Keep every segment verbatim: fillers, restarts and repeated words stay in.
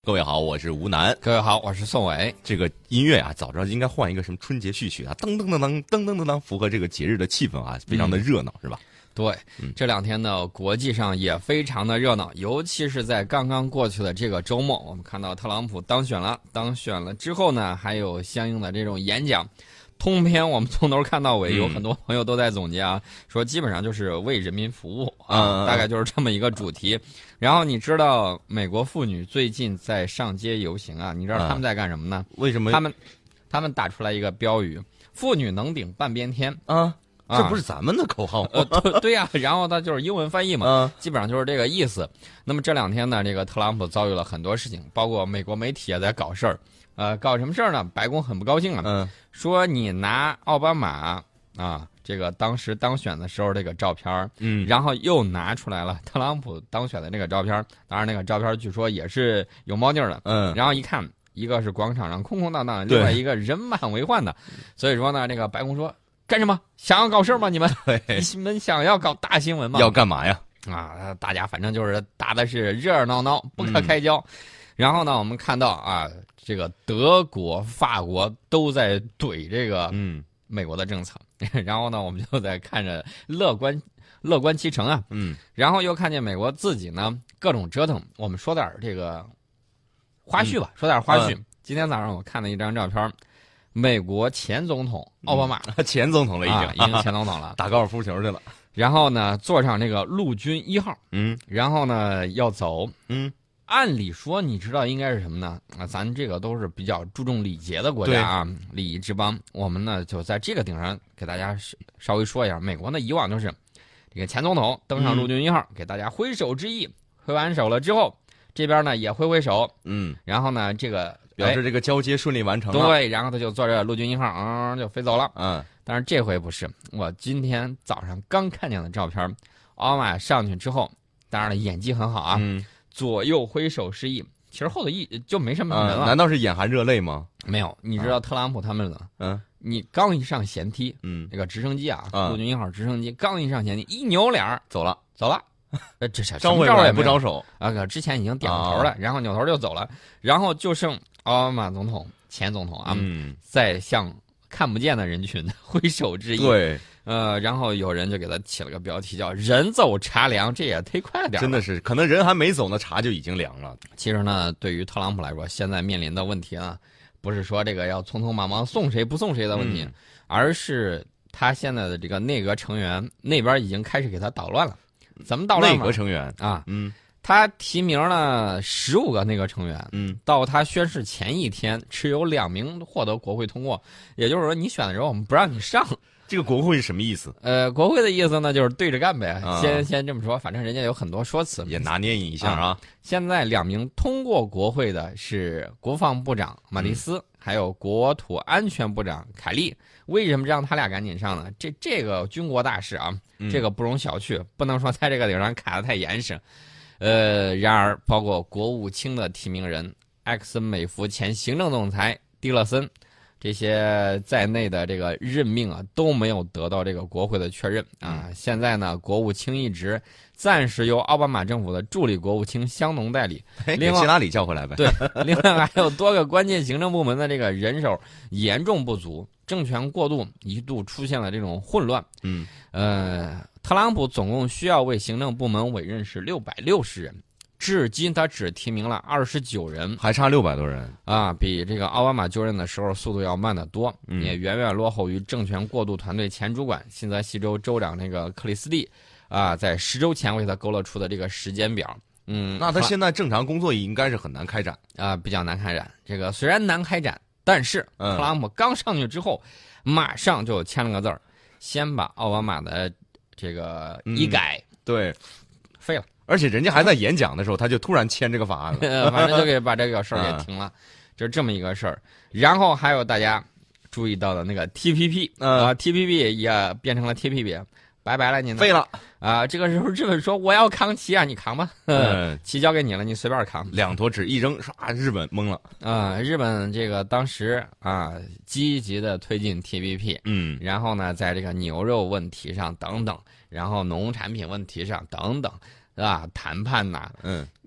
各位好，我是吴楠。 各位好，我是宋伟。 这个音乐啊，早知道应该换一个什么春节序曲啊，噔噔噔噔噔噔噔噔，符合这个节日的气氛啊，非常的热闹，嗯、是吧？ 对，嗯、这两天呢，国际上也非常的热闹，尤其是在刚刚过去的这个周末，我们看到特朗普当选了，当选了之后呢，还有相应的这种演讲。通篇我们从头看到尾，有很多朋友都在总结啊，嗯、说基本上就是为人民服务啊，嗯、大概就是这么一个主题。然后你知道美国妇女最近在上街游行啊，你知道他们在干什么呢？ 为什么？ 他们他们打出来一个标语：妇女能顶半边天啊。这不是咱们的口号吗？ 呃，对对呀、啊，然后它就是英文翻译嘛，嗯、基本上就是这个意思。那么这两天呢，这个特朗普遭遇了很多事情，包括美国媒体也在搞事儿。呃，搞什么事儿呢？白宫很不高兴啊，嗯、说你拿奥巴马啊，这个当时当选的时候这个照片，嗯，然后又拿出来了特朗普当选的那个照片，当然那个照片据说也是有猫腻的，嗯，然后一看，一个是广场上空空荡荡，另外一个人满为患的，所以说呢，这个白宫说干什么？想要搞事吗？你们你们想要搞大新闻吗？ 要干嘛呀？ 啊，大家反正就是打的是热热闹闹，不可开交。嗯、然后呢，我们看到啊。这个德国、法国都在怼这个嗯美国的政策，嗯、然后呢，我们就在看着乐观乐观其成啊，嗯，然后又看见美国自己呢各种折腾。我们说点这个花絮吧，嗯、说点花絮。嗯、今天早上我看了一张照片，美国前总统奥巴马， 嗯、前总统了已经， 啊、已经前总统了， 打高尔夫球去了。 然后呢，坐上这个陆军一号，嗯，然后呢要走，嗯。按理说，你知道应该是什么呢？啊，咱这个都是比较注重礼节的国家啊，礼仪之邦。我们呢就在这个顶上给大家稍微说一下，美国呢以往就是这个前总统登上陆军一号，嗯、给大家挥手致意，挥完手了之后，这边呢也挥挥手，嗯，然后呢这个表示这个交接顺利完成了。 对，然后他就坐着陆军一号，嗯，就飞走了。嗯，但是这回不是，我今天早上刚看见的照片，奥巴马上去之后，当然了，演技很好啊。嗯。左右挥手示意，其实后头一就没什么人了、 嗯。难道是眼含热泪吗？ 没有，你知道特朗普他们呢？嗯，你刚一上舷梯，嗯，那个直升机啊，陆军一号直升机刚一上舷梯，一扭脸走了， 走了。呃，这是招招也不招手啊！可之前已经点过头了，啊、然后扭头就走了，然后就剩奥巴马总统前总统啊，嗯、在向看不见的人群挥手致意。 对。 呃，然后有人就给他起了个标题叫"人走茶凉"，这也忒快了点。 真的是，可能人还没走呢，茶就已经凉了。 其实呢，对于特朗普来说，现在面临的问题呢，不是说这个要匆匆忙忙送谁不送谁的问题，嗯、而是他现在的这个内阁成员那边已经开始给他捣乱了。怎么捣乱？ 内阁成员啊，嗯，他提名了十五个内阁成员，嗯，到他宣誓前一天，只有两名获得国会通过，也就是说，你选的时候我们不让你上。 这个国会是什么意思？ 呃，国会的意思呢，就是对着干呗。啊、先先这么说，反正人家有很多说辞， 也拿捏你一下啊。啊现在两名通过国会的是国防部长马蒂斯，嗯、还有国土安全部长凯利。为什么让他俩赶紧上呢？这这个军国大事啊，嗯、这个不容小觑，不能说在这个顶上卡得太严实。呃，然而，包括国务卿的提名人埃克森美孚前行政总裁蒂勒森。这些在内的这个任命啊都没有得到这个国会的确认啊。嗯、现在呢，国务卿一职暂时由奥巴马政府的助理国务卿香农代理， 另外希拉里叫回来呗。 对，另外还有多个关键行政部门的这个人手严重不足，政权过渡一度出现了这种混乱。嗯，呃，特朗普总共需要为行政部门委任是六百六十人。至今他只提名了二十九人， 还差六百多人啊，比这个奥巴马就任的时候速度要慢得多，嗯、也远远落后于政权过渡团队前主管新泽西州州长那个克里斯蒂啊，在十周前为他勾勒出的这个时间表。嗯， 那他现在正常工作应该是很难开展啊，比较难开展。这个虽然难开展，但是特朗普刚上去之后，嗯、马上就签了个字儿，先把奥巴马的这个医改、 嗯、对废了。 而且人家还在演讲的时候，他就突然签这个法案了， 反正就给把这个事儿给停了，就是这么一个事儿。然后还有大家注意到的那个 T P P 啊 ，T P P 也变成了 T P P， 拜拜了您， 废了啊！这个时候日本说我要扛旗啊，你扛吧，嗯，旗交给你了，你随便扛。 两坨纸一扔，唰，日本懵了啊！日本这个当时啊，积极的推进 T P P， 嗯，然后呢，在这个牛肉问题上等等，然后农产品问题上等等。啊，谈判呐，嗯，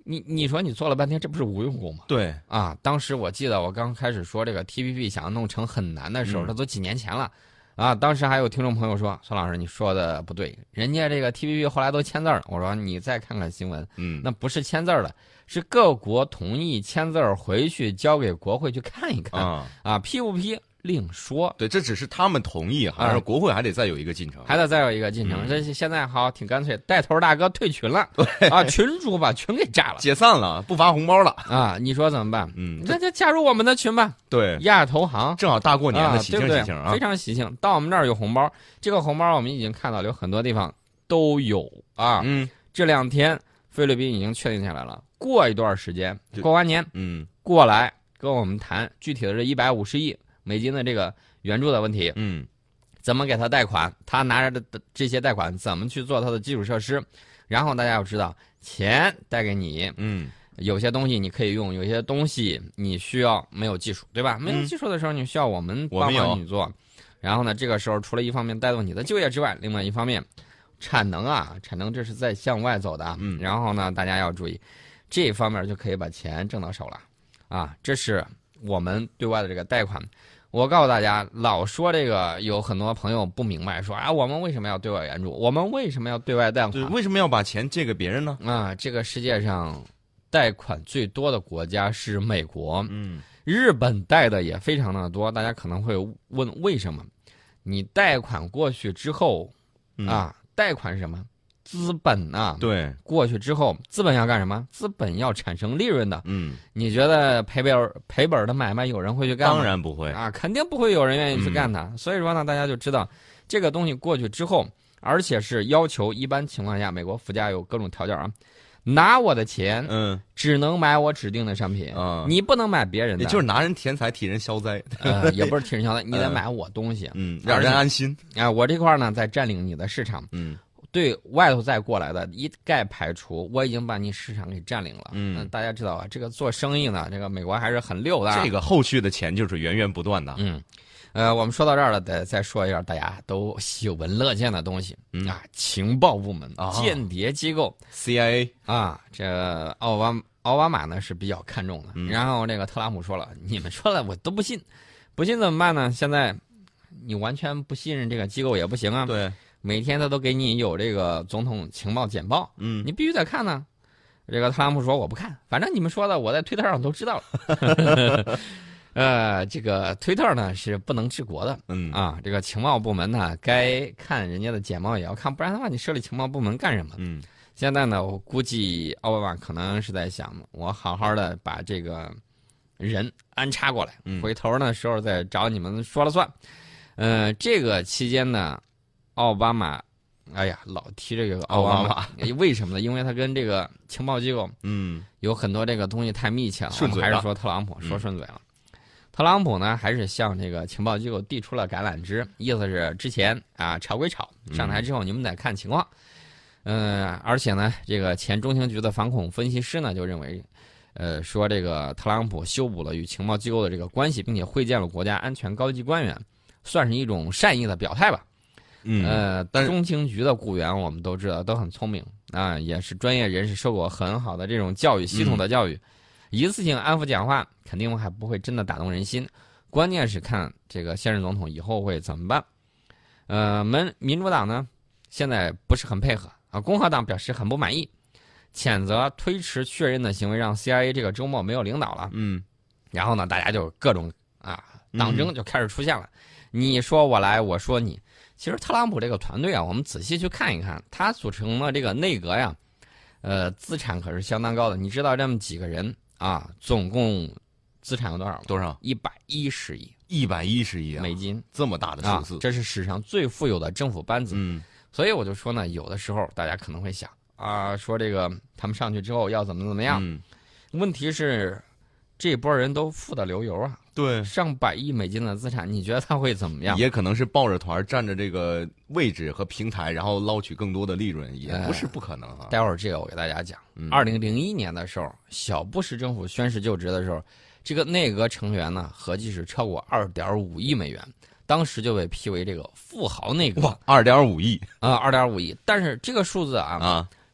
你你说你做了半天，这不是无用功吗？ 对啊，当时我记得我刚开始说这个 T P P 想要弄成很难的时候， 嗯、 那都几年前了，啊，当时还有听众朋友说，孙老师你说的不对，人家这个 T P P 后来都签字了。我说你再看看新闻， 嗯， 那不是签字了，是各国同意签字回去交给国会去看一看， 啊， 啊批不批另说。 对，这只是他们同意，好像是国会还得再有一个进程， 还得再有一个进程。 嗯、 这现在好挺干脆，带头大哥退群了，啊，群主把群给炸了， 解散了，不发红包了啊！你说怎么办？ 嗯， 那就加入我们的群吧。 对， 一二投行， 正好大过年的，喜庆喜庆啊， 非常喜庆。到我们这儿有红包，这个红包我们已经看到有很多地方都有啊。 嗯， 这两天菲律宾已经确定下来了，过一段时间过完年， 嗯， 过来跟我们谈具体的这一百五十亿美金的这个援助的问题， 嗯， 怎么给他贷款，他拿着的这些贷款怎么去做他的基础设施，然后大家要知道，钱贷给你， 嗯， 有些东西你可以用，有些东西你需要没有技术，对吧？没有技术的时候，你需要我们帮忙你做。然后呢，这个时候除了一方面带动你的就业之外，另外一方面，产能啊，产能这是在向外走的， 嗯， 然后呢，大家要注意，这方面就可以把钱挣到手了，啊，这是我们对外的这个贷款。我告诉大家，老说这个，有很多朋友不明白，说啊，我们为什么要对外援助？我们为什么要对外贷款？ 对，为什么要把钱借给别人呢？ 啊，这个世界上贷款最多的国家是美国， 嗯， 日本贷的也非常的多。大家可能会问，为什么？你贷款过去之后，啊，贷款是什么？资本啊， 对， 过去之后，资本要干什么？资本要产生利润的。 嗯， 你觉得赔本赔本的买卖有人会去干吗？ 当然不会啊，肯定不会有人愿意去干它。嗯、所以说呢，大家就知道这个东西过去之后，而且是要求一般情况下，美国附加有各种条件啊，拿我的钱， 嗯， 只能买我指定的商品啊， 你不能买别人的， 也就是拿人钱财替人消灾， 呃，也不是替人消灾，你得买我东西， 嗯，让人安心啊。我这块呢，在占领你的市场， 嗯。 对外头再过来的一概排除，我已经把你市场给占领了。 嗯， 大家知道啊，这个做生意呢，这个美国还是很溜的。 这个后续的钱就是源源不断的。 嗯，呃，我们说到这儿了，得再说一下大家都喜闻乐见的东西、 嗯、 啊，情报部门、 哦、 间谍机构 C I A 啊，这奥巴奥巴马呢是比较看重的。 嗯、 然后这个特朗普说了，你们说了我都不信，不信怎么办呢？现在你完全不信任这个机构也不行啊。 对。 每天他都给你有这个总统情报简报， 嗯， 你必须得看呢。这个特朗普说我不看，反正你们说的我在推特上都知道了。呃，这个推特呢是不能治国的， 嗯啊，这个情报部门呢该看人家的简报也要看，不然的话你设立情报部门干什么？ 嗯， 现在呢，我估计奥巴马可能是在想，我好好的把这个人安插过来， 嗯、 回头呢时候再找你们说了算。呃，这个期间呢。奥巴马，哎呀，老提这个奥巴马，为什么呢？因为他跟这个情报机构， 嗯， 有很多这个东西太密切了。 顺嘴了， 我们还是说特朗普说顺嘴了。嗯、特朗普呢，还是向这个情报机构递出了橄榄枝，意思是之前啊吵归吵，上台之后你们得看情况。嗯、呃，而且呢，这个前中情局的反恐分析师呢就认为，呃，说这个特朗普修补了与情报机构的这个关系，并且会见了国家安全高级官员，算是一种善意的表态吧。 嗯， 呃，中情局的雇员我们都知道都很聪明啊，也是专业人士，受过很好的这种教育，系统的教育，嗯、一次性安抚讲话肯定还不会真的打动人心，关键是看这个现任总统以后会怎么办。呃，民民主党呢现在不是很配合啊，共和党表示很不满意，谴责推迟确认的行为让 C I A 这个周末没有领导了。 嗯， 然后呢，大家就各种啊党争就开始出现了，嗯、你说我来，我说你。其实特朗普这个团队啊，我们仔细去看一看，他组成的这个内阁呀，呃，资产可是相当高的。你知道这么几个人啊，总共资产有多少吗？ 多少？ 一百一十亿， 一百一十亿美金， 这么大的数字、 啊，这是史上最富有的政府班子。 嗯， 所以我就说呢，有的时候大家可能会想啊，说这个他们上去之后要怎么怎么样？ 嗯， 问题是这波人都富得流油啊。 对， 上百亿美金的资产，你觉得他会怎么样？ 也可能是抱着团占着这个位置和平台，然后捞取更多的利润，也不是不可能啊。 呃、待会儿这个我给大家讲。二零零一年的时候，小布什政府宣誓就职的时候，这个内阁成员呢，合计是超过二点五亿美元，当时就被批为这个富豪内阁。 哇，二点五亿啊，二点五亿。但是这个数字啊， 啊，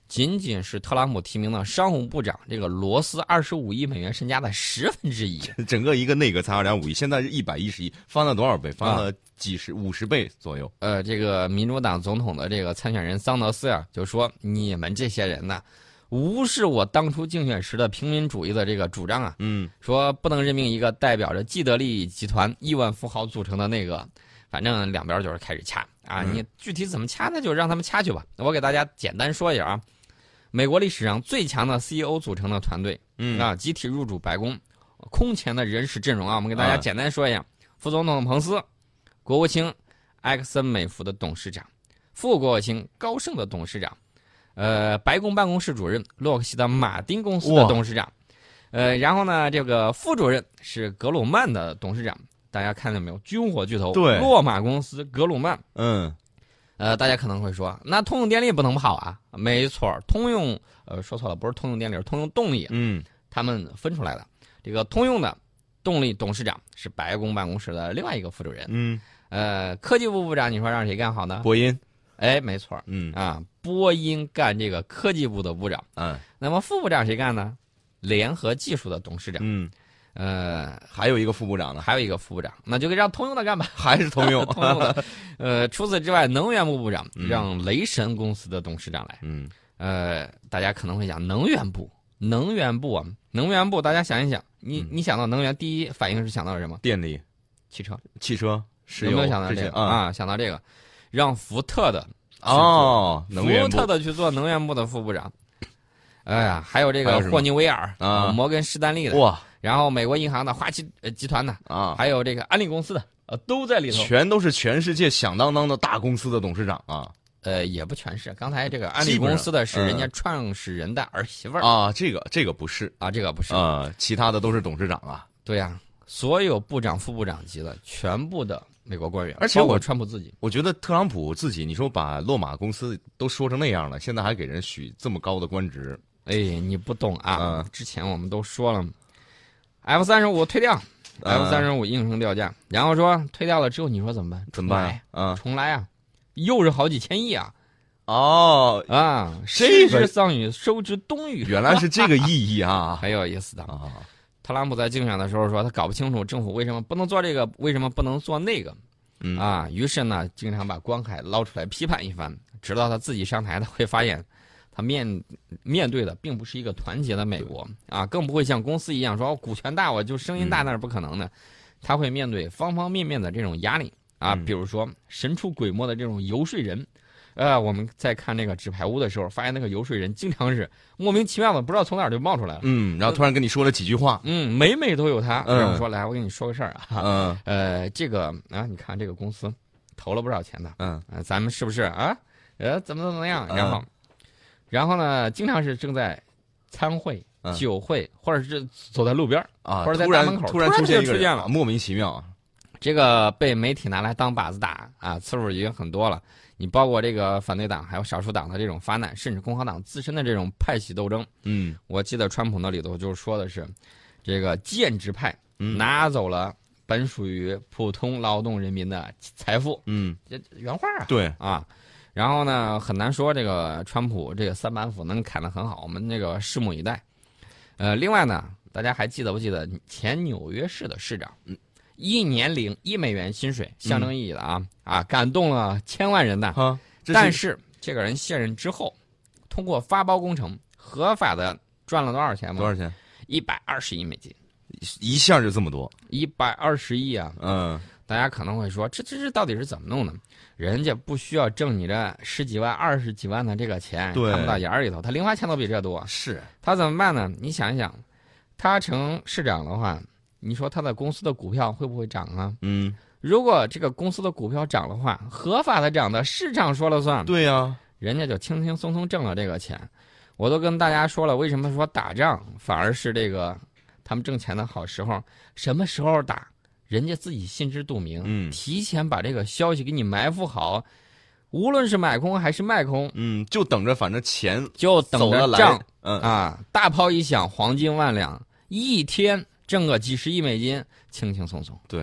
仅仅是特朗普提名的商务部长这个罗斯二十五亿美元身家的十分之一。 整个一个内阁才二点五亿，现在是一百一十亿，翻了多少倍？翻了几十、五十倍左右。 呃，这个民主党总统的这个参选人桑德斯呀、啊，就说你们这些人呢，无视我当初竞选时的平民主义的这个主张啊。 嗯， 说不能任命一个代表着既得利益集团亿万富豪组成的内阁。反正两边就是开始掐啊，你具体怎么掐呢？就让他们掐去吧。我给大家简单说一下啊，美国历史上最强的 C E O 组成的团队，嗯啊，集体入主白宫，空前的人事阵容啊，我们给大家简单说一下：副总统彭斯，国务卿埃克森美孚的董事长，副国务卿高盛的董事长，呃，白宫办公室主任洛克希德马丁公司的董事长，呃，然后呢，这个副主任是格鲁曼的董事长。大家看见没有？军火巨头洛马公司格鲁曼， 嗯， 呃，大家可能会说，那通用电力不能跑啊？没错，通用，呃，说错了，不是通用电力，是通用动力， 嗯， 他们分出来的。这个通用的动力董事长是白宫办公室的另外一个副主任， 嗯， 呃，科技部部长，你说让谁干好呢？ 波音， 哎，没错， 嗯啊，波音干这个科技部的部长， 嗯， 那么副部长谁干呢？联合技术的董事长， 嗯。 呃， 还有一个副部长呢， 还有一个副部长，那就给让通用的干吧， 还是通用， 通用的。呃，除此之外，能源部部长让雷神公司的董事长来。 嗯， 呃，大家可能会想，能源部，能源部啊，能源部，大家想一想，你、嗯、你想到能源，第一反应是想到什么？ 电力、 汽车、 汽车、石油， 有没有想到这个、嗯、啊？想到这个，让福特的哦，能源部福特的去做能源部的副部长。哎呀，还有这个霍尼韦尔啊， 摩根士丹利的哇。 然后美国银行的花旗呃集团的啊， 还有这个安利公司的呃都在里头， 全都是全世界响当当的大公司的董事长啊。 呃，也不全是，刚才这个安利公司的是人家创始人的儿媳妇儿、 嗯、啊，这个这个不是啊，这个不是啊，其他的都是董事长啊。 对呀、啊，所有部长、副部长级的全部的美国官员， 而且我川普自己， 我觉得特朗普自己，你说把洛马公司都说成那样了，现在还给人许这么高的官职， 哎，你不懂啊！ 嗯、 之前我们都说了。F 三十五退掉、嗯、，F 三十五应声掉价，然后说退掉了之后，你说怎么办？ 怎么办？ 啊，重来啊，又是好几千亿啊！ 哦啊， 这个桑榆收之东隅， 原来是这个意义啊， 很有意思的啊。 特朗普在竞选的时候说，他搞不清楚政府为什么不能做这个，为什么不能做那个， 嗯啊，于是呢，经常把光海捞出来批判一番，直到他自己上台，他会发现。他面面对的并不是一个团结的美国啊，更不会像公司一样说、哦、股权大我就声音大，那是不可能的。他会面对方方面面的这种压力啊，比如说神出鬼没的这种游说人。呃，我们在看那个纸牌屋的时候，发现那个游说人经常是莫名其妙的，不知道从哪儿就冒出来了。 嗯，然后突然跟你说了几句话。 嗯，每每都有他。 嗯， 然后说来，我跟你说个事儿啊。 嗯， 呃，这个啊，你看这个公司投了不少钱的。 嗯， 呃，咱们是不是啊？呃，怎么怎么样？然后。嗯然后呢，经常是正在参会、 嗯、 酒会，或者是走在路边啊， 或者在大门口， 突然出现一个出现了， 莫名其妙。 这个被媒体拿来当靶子打啊，次数已经很多了。你包括这个反对党，还有少数党的这种发难，甚至共和党自身的这种派系斗争。 嗯， 我记得川普那里头就说的是，这个建制派拿走了本属于普通劳动人民的财富。 嗯， 这原话啊。 对啊。然后呢，很难说这个川普这个三板斧能砍得很好，我们那个拭目以待。呃，另外呢，大家还记得不记得前纽约市的市长， 嗯， 一年领一美元薪水，象征意义的啊、嗯、啊，感动了千万人的。 啊， 但是这个人卸任之后，通过发包工程合法的赚了多少钱吗？ 多少钱？ 一百二十亿美金， 一下就这么多， 一百二十亿啊！ 嗯。 大家可能会说，这这这到底是怎么弄的？人家不需要挣你这十几万、二十几万的这个钱，看不到眼里头，他零花钱都比这多。 是他怎么办呢？你想一想，他成市长的话，你说他的公司的股票会不会涨啊？ 嗯， 如果这个公司的股票涨的话，合法的涨的，市场说了算。 对呀、啊， 人家就轻轻松松挣了这个钱。我都跟大家说了，为什么说打仗反而是这个他们挣钱的好时候？什么时候打？人家自己心知肚明， 嗯， 提前把这个消息给你埋伏好，无论是买空还是卖空， 嗯，就等着，反正钱就等着涨， 嗯啊，大炮一响，黄金万两，一天挣个几十亿美金，轻轻松松。 对，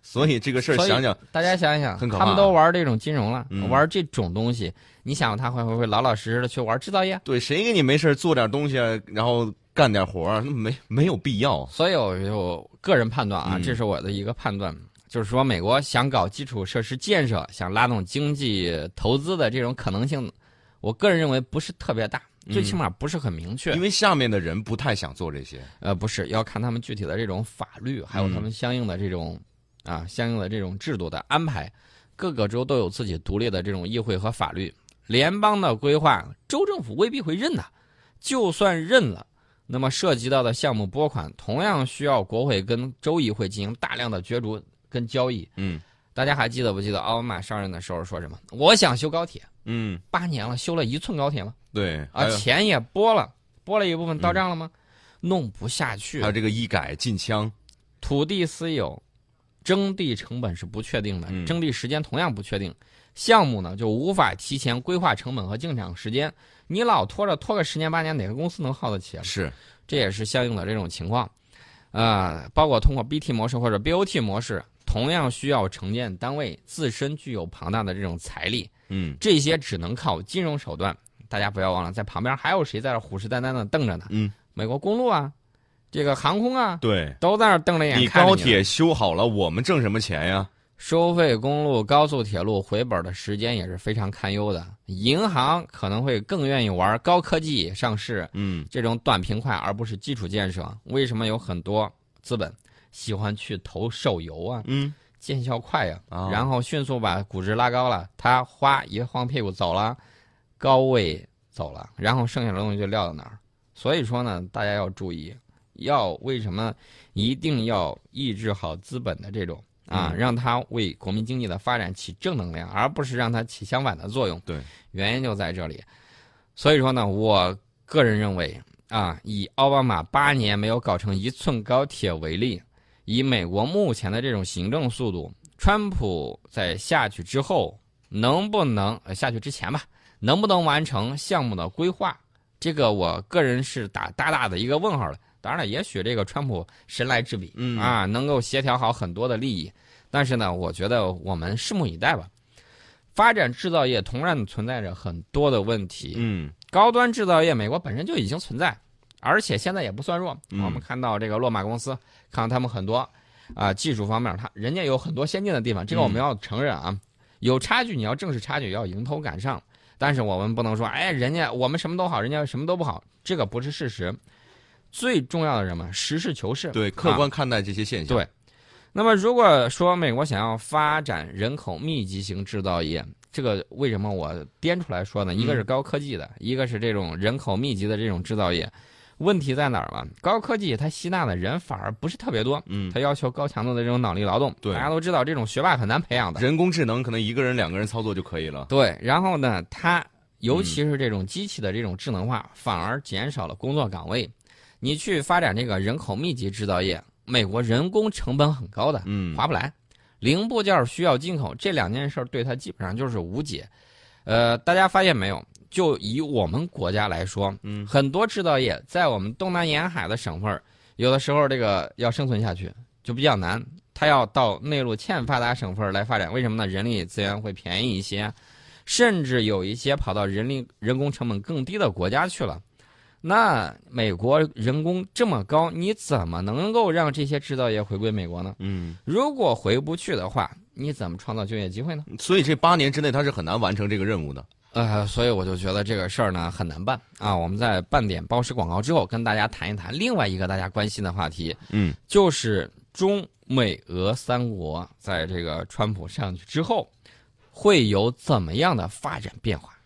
所以这个事儿想想， 大家想想， 很可怕。 他们都玩这种金融了， 嗯、 玩这种东西，你想他会不会老老实实的去玩制造业？ 对，谁给你没事做点东西，然后干点活儿，那没没有必要。 所以我就个人判断啊， 嗯、 这是我的一个判断，就是说美国想搞基础设施建设，想拉动经济投资的这种可能性，我个人认为不是特别大。最起码不是很明确、 嗯，因为下面的人不太想做这些。 呃，不是，要看他们具体的这种法律，还有他们相应的这种、嗯、啊相应的这种制度的安排。各个州都有自己独立的这种议会和法律，联邦的规划，州政府未必会认的。就算认了，那么涉及到的项目拨款，同样需要国会跟州议会进行大量的角逐跟交易。 嗯， 大家还记得不记得奥巴马上任的时候说什么？我想修高铁。 嗯， 八年了，修了一寸高铁吗？ 对啊，钱也拨了，拨了一部分到账了吗？嗯、弄不下去。 还有这个医改禁枪， 土地私有，征地成本是不确定的， 嗯、 征地时间同样不确定，项目呢就无法提前规划成本和进场时间。你老拖着拖个十年八年，哪个公司能耗得起啊？ 是， 这也是相应的这种情况，啊、呃，包括通过 B T 模式或者 B O T 模式，同样需要承建单位自身具有庞大的这种财力。 嗯， 这些只能靠金融手段。大家不要忘了，在旁边还有谁在这虎视眈眈的瞪着呢？ 嗯， 美国公路啊，这个航空啊， 对， 都在那瞪着眼看着你。 你高铁修好了，我们挣什么钱呀？ 收费公路、高速铁路回本的时间也是非常堪忧的。银行可能会更愿意玩高科技上市， 嗯， 这种短平快，而不是基础建设。为什么有很多资本喜欢去投手游啊？ 嗯。 见效快呀、 哦， 然后迅速把估值拉高了，他哗一晃屁股走了，高位走了，然后剩下的东西就撂到哪儿。所以说呢，大家要注意，要为什么一定要抑制好资本的这种啊， 嗯、 让它为国民经济的发展起正能量，而不是让它起相反的作用。 对， 原因就在这里。所以说呢，我个人认为啊，以奥巴马八年没有搞成一寸高铁为例。以美国目前的这种行政速度，川普在下去之后能不能呃下去之前吧，能不能完成项目的规划？这个我个人是打大大的一个问号了。当然了，也许这个川普神来之笔， 嗯啊，能够协调好很多的利益。但是呢，我觉得我们拭目以待吧。发展制造业同样存在着很多的问题。 嗯， 高端制造业美国本身就已经存在。而且现在也不算弱， 嗯、 我们看到这个洛马公司，看到他们很多啊、呃、技术方面，他人家有很多先进的地方，这个我们要承认啊，嗯、有差距，你要正视差距，要迎头赶上。但是我们不能说，哎，人家我们什么都好，人家什么都不好，这个不是事实。最重要的是什么？实事求是， 对，客观看待这些现象。 啊、对。那么如果说美国想要发展人口密集型制造业，这个为什么我颠出来说呢？一个是高科技的，嗯、一个是这种人口密集的这种制造业。问题在哪儿了？高科技它吸纳的人反而不是特别多， 嗯， 它要求高强度的这种脑力劳动， 对， 大家都知道这种学霸很难培养的， 人工智能可能一个人两个人操作就可以了， 对，然后呢，它尤其是这种机器的这种智能化，嗯、反而减少了工作岗位。你去发展这个人口密集制造业，美国人工成本很高的， 嗯， 划不来，零部件需要进口，这两件事对它基本上就是无解。呃，大家发现没有？就以我们国家来说， 嗯， 很多制造业在我们东南沿海的省份，有的时候这个要生存下去就比较难，它要到内陆欠发达省份来发展。为什么呢？人力资源会便宜一些，甚至有一些跑到人力人工成本更低的国家去了。那美国人工这么高，你怎么能够让这些制造业回归美国呢？ 嗯， 如果回不去的话，你怎么创造就业机会呢？ 所以这八年之内，它是很难完成这个任务的。 呃，所以我就觉得这个事儿呢很难办啊。我们在半点报时广告之后，跟大家谈一谈另外一个大家关心的话题， 嗯， 就是中美俄三国在这个川普上去之后，会有怎么样的发展变化？